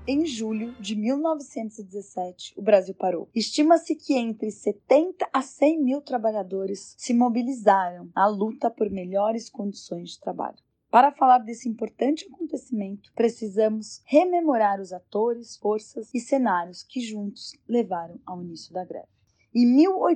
Em julho de 1917, o Brasil parou. Estima-se que entre 70 a 100 mil trabalhadores se mobilizaram na luta por melhores condições de trabalho. Para falar desse importante acontecimento, precisamos rememorar os atores, forças e cenários que juntos levaram ao início da greve. Em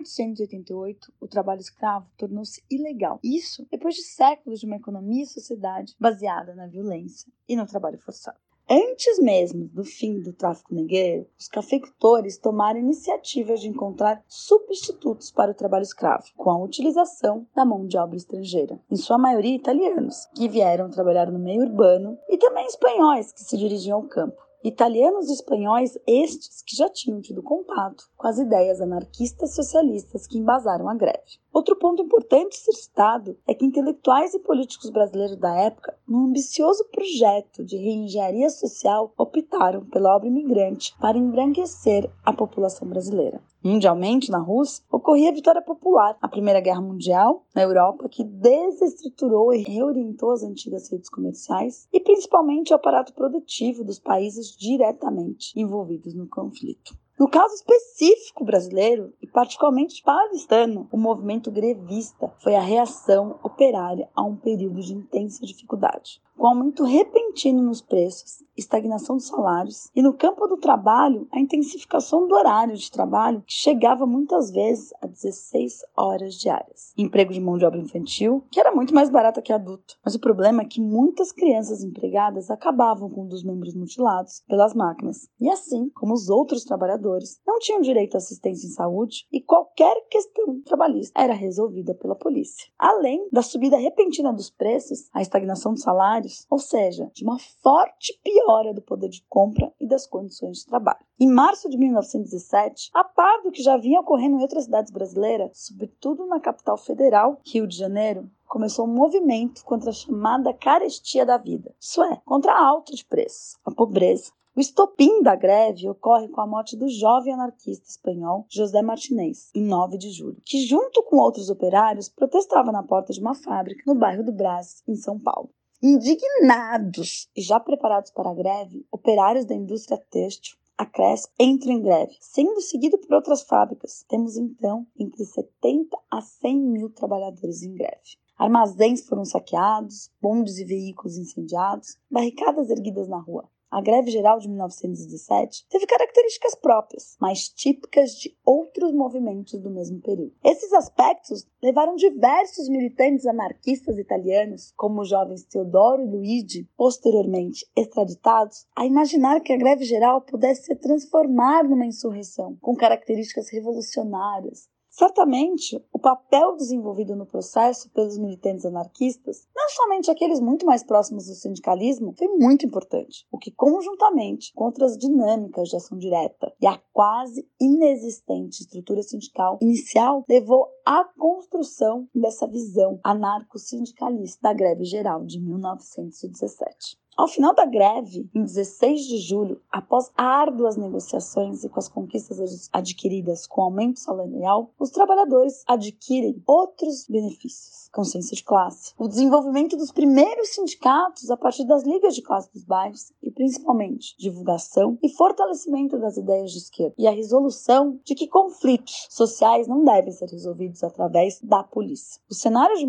1888, o trabalho escravo tornou-se ilegal. Isso depois de séculos de uma economia e sociedade baseada na violência e no trabalho forçado. Antes mesmo do fim do tráfico negreiro, os cafeicultores tomaram iniciativa de encontrar substitutos para o trabalho escravo, com a utilização da mão de obra estrangeira, em sua maioria italianos, que vieram trabalhar no meio urbano, e também espanhóis que se dirigiam ao campo. Italianos e espanhóis estes que já tinham tido contato com as ideias anarquistas socialistas que embasaram a greve. Outro ponto importante a ser citado é que intelectuais e políticos brasileiros da época, num ambicioso projeto de reengenharia social, optaram pela obra imigrante para embranquecer a população brasileira. Mundialmente, na Rússia, ocorria a Vitória Popular, a Primeira Guerra Mundial, na Europa, que desestruturou e reorientou as antigas redes comerciais e principalmente o aparato produtivo dos países diretamente envolvidos no conflito. No caso específico brasileiro, e particularmente paulistano, o movimento grevista foi a reação operária a um período de intensa dificuldade. Com aumento repentino nos preços, estagnação dos salários e no campo do trabalho, a intensificação do horário de trabalho que chegava muitas vezes a 16 horas diárias. Emprego de mão de obra infantil, que era muito mais barata que adulto. Mas o problema é que muitas crianças empregadas acabavam com um dos membros mutilados pelas máquinas. E assim, como os outros trabalhadores, não tinham direito à assistência em saúde e qualquer questão trabalhista era resolvida pela polícia. Além da subida repentina dos preços, a estagnação dos salários, ou seja, de uma forte piora do poder de compra e das condições de trabalho. Em março de 1917, a par do que já vinha ocorrendo em outras cidades brasileiras, sobretudo na capital federal, Rio de Janeiro, começou um movimento contra a chamada carestia da vida, isso é, contra a alta de preços, a pobreza. O estopim da greve ocorre com a morte do jovem anarquista espanhol José Martinez, em 9 de julho, que junto com outros operários protestava na porta de uma fábrica no bairro do Brás, em São Paulo. Indignados e já preparados para a greve, operários da indústria têxtil, a Cresp, entram em greve, sendo seguido por outras fábricas. Temos então entre 70 a 100 mil trabalhadores em greve. Armazéns foram saqueados, bondes e veículos incendiados, barricadas erguidas na rua. A greve geral de 1917 teve características próprias, mas típicas de outros movimentos do mesmo período. Esses aspectos levaram diversos militantes anarquistas italianos, como os jovens Teodoro e Luigi, posteriormente extraditados, a imaginar que a greve geral pudesse se transformar numa insurreição, com características revolucionárias. Certamente, o papel desenvolvido no processo pelos militantes anarquistas, não somente aqueles muito mais próximos do sindicalismo, foi muito importante, o que conjuntamente com outras dinâmicas de ação direta e a quase inexistente estrutura sindical inicial levou à construção dessa visão anarco-sindicalista da greve geral de 1917. Ao final da greve, em 16 de julho, após árduas negociações e com as conquistas adquiridas com aumento salarial, os trabalhadores adquirem outros benefícios, consciência de classe, o desenvolvimento dos primeiros sindicatos a partir das ligas de classe dos bairros e, principalmente, divulgação e fortalecimento das ideias de esquerda e a resolução de que conflitos sociais não devem ser resolvidos através da polícia. O cenário de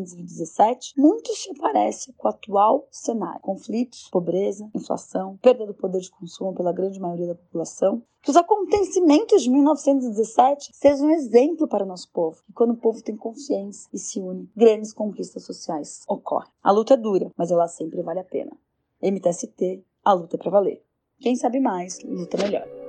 1917 muito se parece com o atual cenário, conflitos, pobreza, inflação, perda do poder de consumo pela grande maioria da população. Que os acontecimentos de 1917 sejam um exemplo para o nosso povo. E quando o povo tem consciência e se une, grandes conquistas sociais ocorrem. A luta é dura, mas ela sempre vale a pena. MTST, a luta é pra valer. Quem sabe mais, luta melhor.